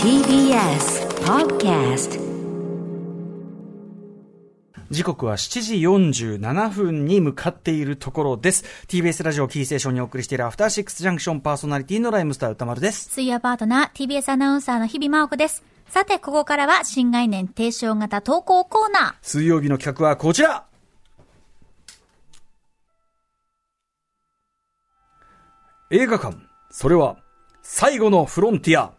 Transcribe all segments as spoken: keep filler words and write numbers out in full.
ティービーエス Podcast。 時刻はしちじよんじゅうななふんに向かっているところです。 ティービーエス ラジオキーステーションにお送りしているアフターシックスジャンクション、パーソナリティのライムスター歌丸です。 水曜パートナー ティービーエス アナウンサーの日々真央子です。さてここからは新概念提唱型投稿コーナー。 水曜日の企画はこちら。映画館、それは最後のフロンティア。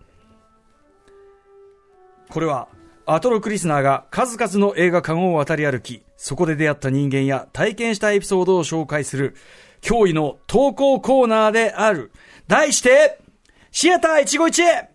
これはアトロクリスナーが数々の映画館を渡り歩き、そこで出会った人間や体験したエピソードを紹介する驚異の投稿コーナーである。題してシアター一期一会。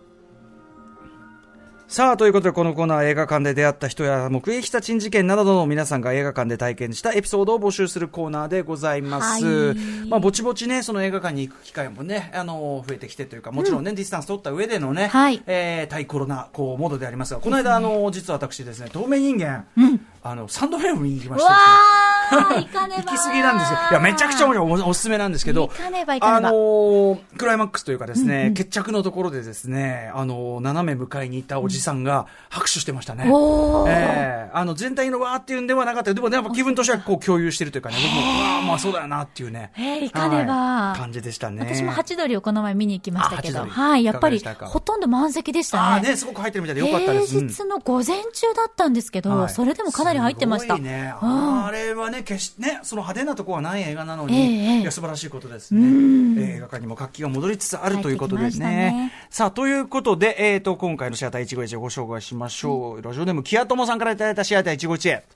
さあ、ということでこのコーナーは映画館で出会った人や目撃した珍事件などの皆さんが映画館で体験したエピソードを募集するコーナーでございます。はい、まあぼちぼちね、その映画館に行く機会もね、あの増えてきてというか、もちろんね、うん、ディスタンス取った上でのね、はい、えー、対コロナこうモードでありますが、この間あの実は私ですね、透明人間、うん、あのサンドフェイム見に行きましたですね。行かねば行き過ぎなんですよ。いや、めちゃくちゃ お, おすすめなんですけど、 行かねば行かねば、 あのー、クライマックスというかですね、うんうん、決着のところでですね、あのー、斜め向かいにいたおじさんが拍手してましたね。 おー、 えー、あの全体のわーっていうんではなかったけど、でもね、やっぱ気分としてはこう共有してるというかね、僕もわー、まあそうだよなっていうね、 えー、行かねば、 はい、感じでしたね。 私もハチドリをこの前見に行きましたけど、はい、やっぱりほとんど満席でしたね。 あーね、すごく入ってるみたいでよかったです。 平日の午前中だったんですけど、はい、それでもかなり入ってました。 すごいね。あ, あれはね、決してね、その派手なところはない映画なのに、えー、いや素晴らしいことですね。えー、映画館にも活気が戻りつつあるということですね。ね、さあ、ということで、えーと、今回のシアター一期一会をご紹介しましょう。うん、ラジオネームキヤトモさんからいただいたシアター一期一会。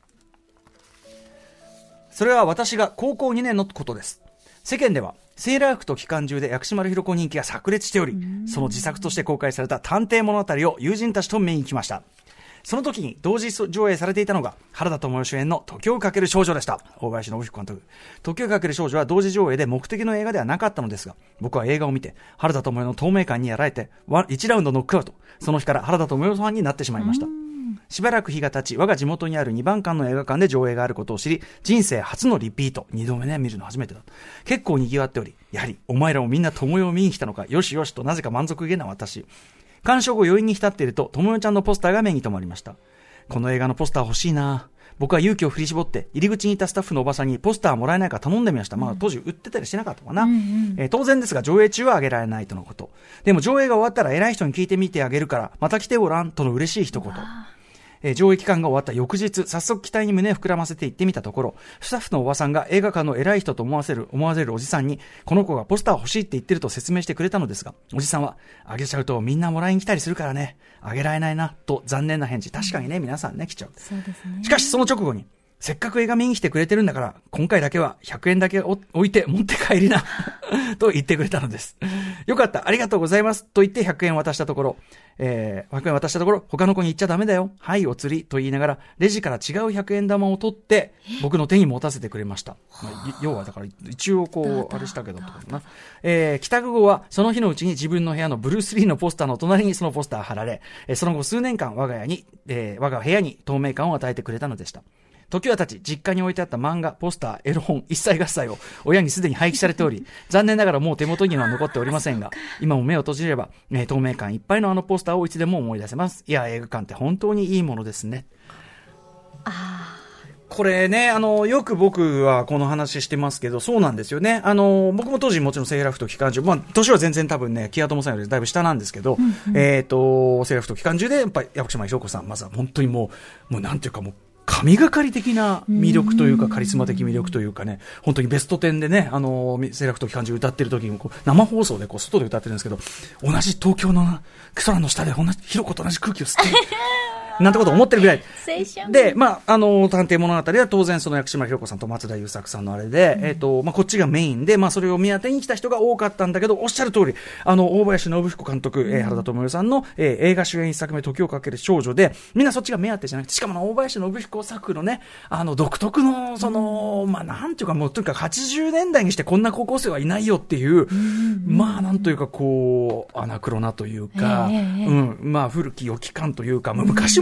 それは私が高校にねんのことです。世間ではセーラー服と機関銃で薬師丸ひろ子人気が炸裂しており、その自作として公開された探偵物語を友人たちと見に行きました。その時に同時上映されていたのが原田知世主演の時をかける少女でした。大林信彦監督。時をかける少女は同時上映で目的の映画ではなかったのですが、僕は映画を見て原田知世の透明感にやられていちラウンドノックアウト。その日から原田知世ファンになってしまいました。しばらく日が経ち、我が地元にあるにばん館の映画館で上映があることを知り、人生初のリピート。にどめね、見るの初めてだ。結構賑わっており、やはりお前らもみんな知世を見に来たのか、よしよしとなぜか満足げな私。鑑賞後余韻に浸っていると、知世ちゃんのポスターが目に留まりました。この映画のポスター欲しいな。僕は勇気を振り絞って入り口にいたスタッフのおばさんにポスターもらえないか頼んでみました。まあ当時売ってたりしてなかったかな、うんうん、えー、当然ですが上映中はあげられないとのこと。でも上映が終わったら偉い人に聞いてみてあげるからまた来てごらんとの嬉しい一言。えー、上映期間が終わった翌日、早速期待に胸を膨らませて行ってみたところ、スタッフのおばさんが映画館の偉い人と思わせる思わせるおじさんに、この子がポスター欲しいって言ってると説明してくれたのですが、おじさんはあげちゃうとみんなもらいに来たりするからね、あげられないなと残念な返事。確かにね、皆さんね来ちゃう。 そうですね。 しかしその直後に、せっかく映画見に来てくれてるんだから今回だけはひゃくえんだけ置いて持って帰りなと言ってくれたのです。よかった、ありがとうございますと言ってひゃくえん渡したところ、えー、ひゃくえん渡したところ他の子に言っちゃダメだよ、はいお釣りと言いながらレジから違うひゃくえん玉を取って僕の手に持たせてくれました。まあ、要はだから一応こうあれしたけどとかな、えー、帰宅後はその日のうちに自分の部屋のブルース・リーのポスターの隣にそのポスター貼られ、えー、その後数年間我が家に、えー、我が部屋に透明感を与えてくれたのでした。時は経ち、実家に置いてあった漫画、ポスター、エロ本、一切合切を親にすでに廃棄されており、残念ながらもう手元には残っておりませんが、今も目を閉じれば、えー、透明感いっぱいのあのポスターをいつでも思い出せます。いや、映画館って本当にいいものですね。 あこれね、あの、よく僕はこの話してますけど、そうなんですよね。あの、僕も当時もちろんセーラー服と機関銃、まあ、年は全然多分ね、キヤトモさんよりだいぶ下なんですけど、うんうん、えっと、セーラー服と機関銃で、やっぱり、薬師丸ひろ子さん、まずは本当にもう、もうなんていうかもう、神がかり的な魅力というかカリスマ的魅力というかね、本当にベストテンでね、あのセーラー服と機関銃歌ってる時にこう生放送でこう外で歌ってるんですけど、同じ東京の空の下で同じひろ子と同じ空気を吸ってなんてことを思ってるぐらいで、まあ、あの探偵物語は当然その薬師丸ひろ子さんと松田優作さんのあれで、うん、えっとまあ、こっちがメインで、まあ、それを目当てに来た人が多かったんだけど、おっしゃる通り、あの大林信彦監督、うん、えー、原田知世さんの、えー、映画主演一作目時をかける少女で、みんなそっちが目当てじゃなくて、しかも大林信彦作のね、あの独特のその、うん、まあなんていうか、もうとにかくはちじゅうねんだいにしてこんな高校生はいないよっていう、うん、まあなんというかこうアナクロなというか、えーうん、まあ古き良き感というか、昔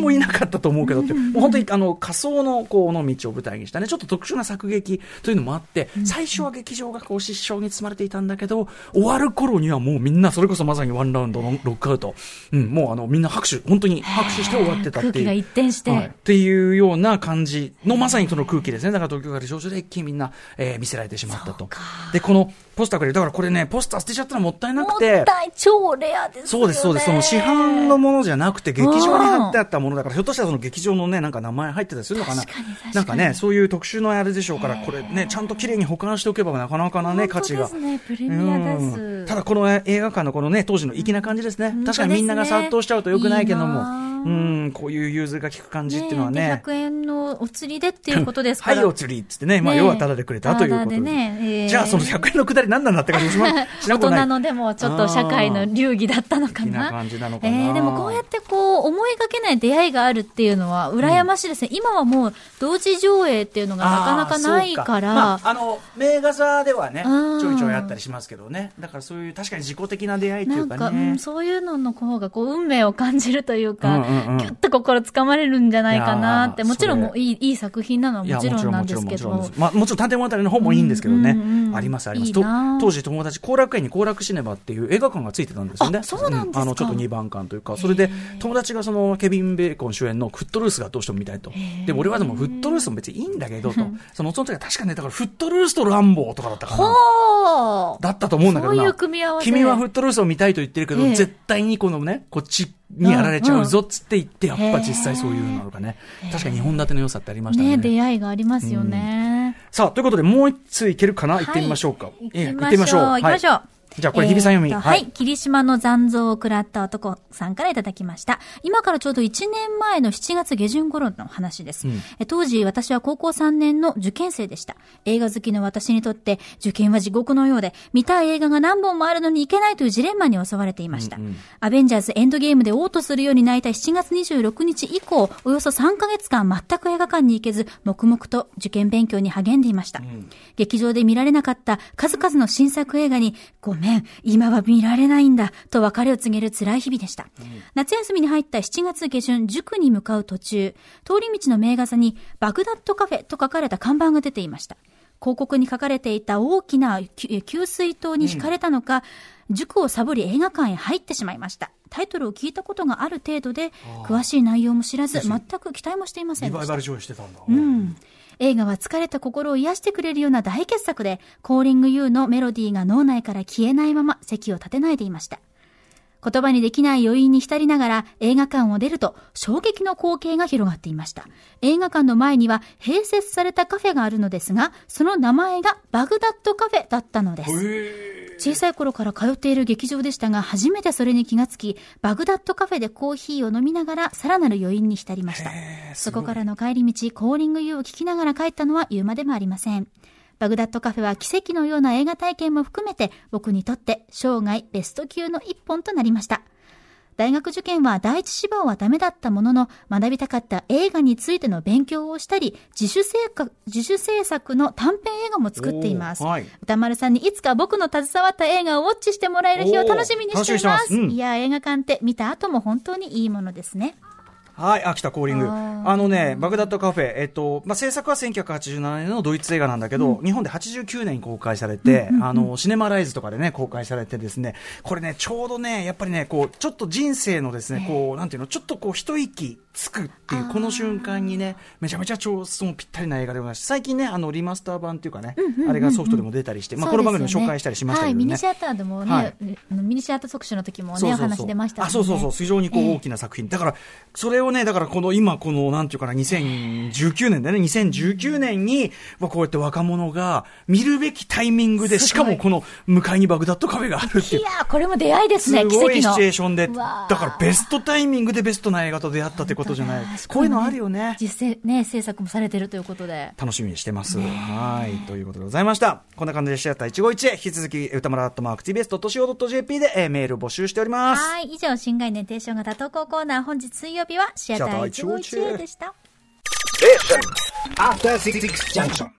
もいなかったと思うけどって、もう本当にあの仮想のこの道を舞台にしたね、ちょっと特殊な作劇というのもあって、最初は劇場がこう失笑に包まれていたんだけど、終わる頃にはもうみんなそれこそまさにワンラウンドのロックアウト、うん、もうあのみんな拍手、本当に拍手して終わってたっていう。 空気が一転して、 はい、っていうような感じのまさにその空気ですね。だから東京から少女で一気にみんな、えー、見せられてしまったと。で、このポスターくれる。だからこれね、ポスター捨てちゃったのもったいなくて。 もったい、超レアですよね。 そうです、そうです。その市販のものじゃなくて、劇場に貼ってあったものだから、ひょっとしたらその劇場のね、なんか名前入ってたりするのかな。 確かに確かに。 なんかね、そういう特殊のあれでしょうから、これね、ちゃんと綺麗に保管しておけばなかなかなね、価値が。 そうですね、プレミアです。 ただこの映画館のこのね、当時の粋な感じですね。確かにみんなが殺到しちゃうと良くないけども。うん、こういう融通が利く感じっていうのはね。 ね、ひゃくえんのお釣りでっていうことですから。 はい、お釣りっつってね、まあ、要はタダでくれたということで。ねえー、じゃあ、そのひゃくえんのくだり何なんだって感じします。 大人のでもちょっと社会の流儀だったのかな。 な感じなのかな。 えー、でもこうやってこう、思いがけない出会いがあるっていうのは、羨ましいですね。うん、今はもう、同時上映っていうのがなかなかないから。あ、 まあ、あの、名画座ではね、ちょいちょいあったりしますけどね。だからそういう、確かに自己的な出会いっていうかね。なんか、うん、 そういうのの方が、こう、運命を感じるというか、うんうんうん、ぎゅっと心つかまれるんじゃないかなって、もちろんもういい、いい作品なのはもちろんなんですけど。 まあ、もちろん探偵物語の方もいいんですけどね。うんうん、ありますあります。いい当時友達、後楽園に後楽シネマっていう映画館がついてたんですよね。 あ、そうなんですか。 うん、あの、ちょっとにばん館というか、それで友達がそのケビン・ベーコン主演のフットルースがどうしても見たいと。で、俺はでもフットルースも別にいいんだけどと。その、その時は確かね、だからフットルースとランボーとかだったかな。 ほーだったと思うんだけどな。 そういう組み合わせ。 君はフットルースを見たいと言ってるけど、えー、絶対にこのね、こっち、にやられちゃうぞっつって言って、やっぱ実際そういうのがね、確かににほん立ての良さってありましたね。 ね、出会いがありますよね。 うん、さあ、ということでもう一ついけるかな、行ってみましょうか。 行ってみましょう。行きましょう。 じゃあこれ日比さん読み、 えー、はい、はい。霧島の残像を食らった男さんからいただきました。今からちょうどいちねんまえのしちがつげじゅん頃の話です。うん、え当時私は高校さんねんの受験生でした。映画好きの私にとって受験は地獄のようで、見たい映画が何本もあるのに行けないというジレンマに襲われていました。うんうん、アベンジャーズエンドゲームで嘔吐するように泣いたしちがつにじゅうろくにち以降、およそさんかげつかん全く映画館に行けず、黙々と受験勉強に励んでいました。うん、劇場で見られなかった数々の新作映画に、ごめん、今は見られないんだと別れを告げる辛い日々でした。うん、夏休みに入ったしちがつげじゅん、塾に向かう途中、通り道の名画座にバグダッドカフェと書かれた看板が出ていました。広告に書かれていた大きな給水塔に惹かれたのか、うん、塾をサボり映画館へ入ってしまいました。タイトルを聞いたことがある程度で、詳しい内容も知らず、全く期待もしていませんでした。 リバイバル上映してたんだ。 うん。映画は疲れた心を癒してくれるような大傑作で、コーリング ユー のメロディーが脳内から消えないまま席を立てないでいました。言葉にできない余韻に浸りながら映画館を出ると衝撃の光景が広がっていました。映画館の前には併設されたカフェがあるのですが、その名前がバグダッドカフェだったのです。小さい頃から通っている劇場でしたが、初めてそれに気がつき、バグダッドカフェでコーヒーを飲みながらさらなる余韻に浸りました。そこからの帰り道、コーリング ユー を聞きながら帰ったのは言うまでもありません。バグダッドカフェは奇跡のような映画体験も含めて、僕にとって生涯ベスト級の一本となりました。大学受験は第一志望はダメだったものの、学びたかった映画についての勉強をしたり、自主制作、自主制作の短編映画も作っています。はい、歌丸さんにいつか僕の携わった映画をウォッチしてもらえる日を楽しみにしています。うん、いや、映画館って見た後も本当にいいものですね。 はい、秋田コーリング。あのね、バグダッドカフェ、えっと、まあ、制作はせんきゅうひゃくはちじゅうななねんのドイツ映画なんだけど、うん、日本ではちじゅうきゅうねんに公開されて、うんうんうん、あの、シネマライズとかでね、公開されてですね、これね、ちょうどね、やっぱりね、こう、ちょっと人生のですね、こう、なんていうの、ちょっとこう、一息つくっていう、この瞬間にね、めちゃめちゃ超そのぴったりな映画でございます。最近ね、あの、リマスター版っていうかね、うんうんうんうん、あれがソフトでも出たりして、まあ、この番組でも紹介したりしましたけどね。 はい、ミニシアターでもね、はい、ミニシアター特集の時もね、そうそうそうお話出ましたね。 あ、そうそうそう、非常にこう、大きな作品。だから、それをね、だからこの今、この、なんていうかな、にせんじゅうきゅうねんだよね、にせんじゅうきゅうねんに、こうやって若者が見るべきタイミングで、しかもこの向かいにバグダッドカフェがあるっていう。 いやー、これも出会いですね、 すごいシチュエーションで。だからベストタイミングでベストな映画と出会ったってことじゃない。こういうのあるよね。 実践ね、制作もされてるということで。 楽しみにしてます。はい。ということでございました。こんな感じでシアター一期一会、引き続き、歌丸アットマーク ティービーエスドットシーオードットジェーピー で、えー、メール募集しております。 はい。以上、新概念提唱型投稿コーナー、本日水曜日はシアター一期一会でした。 After Six Junction.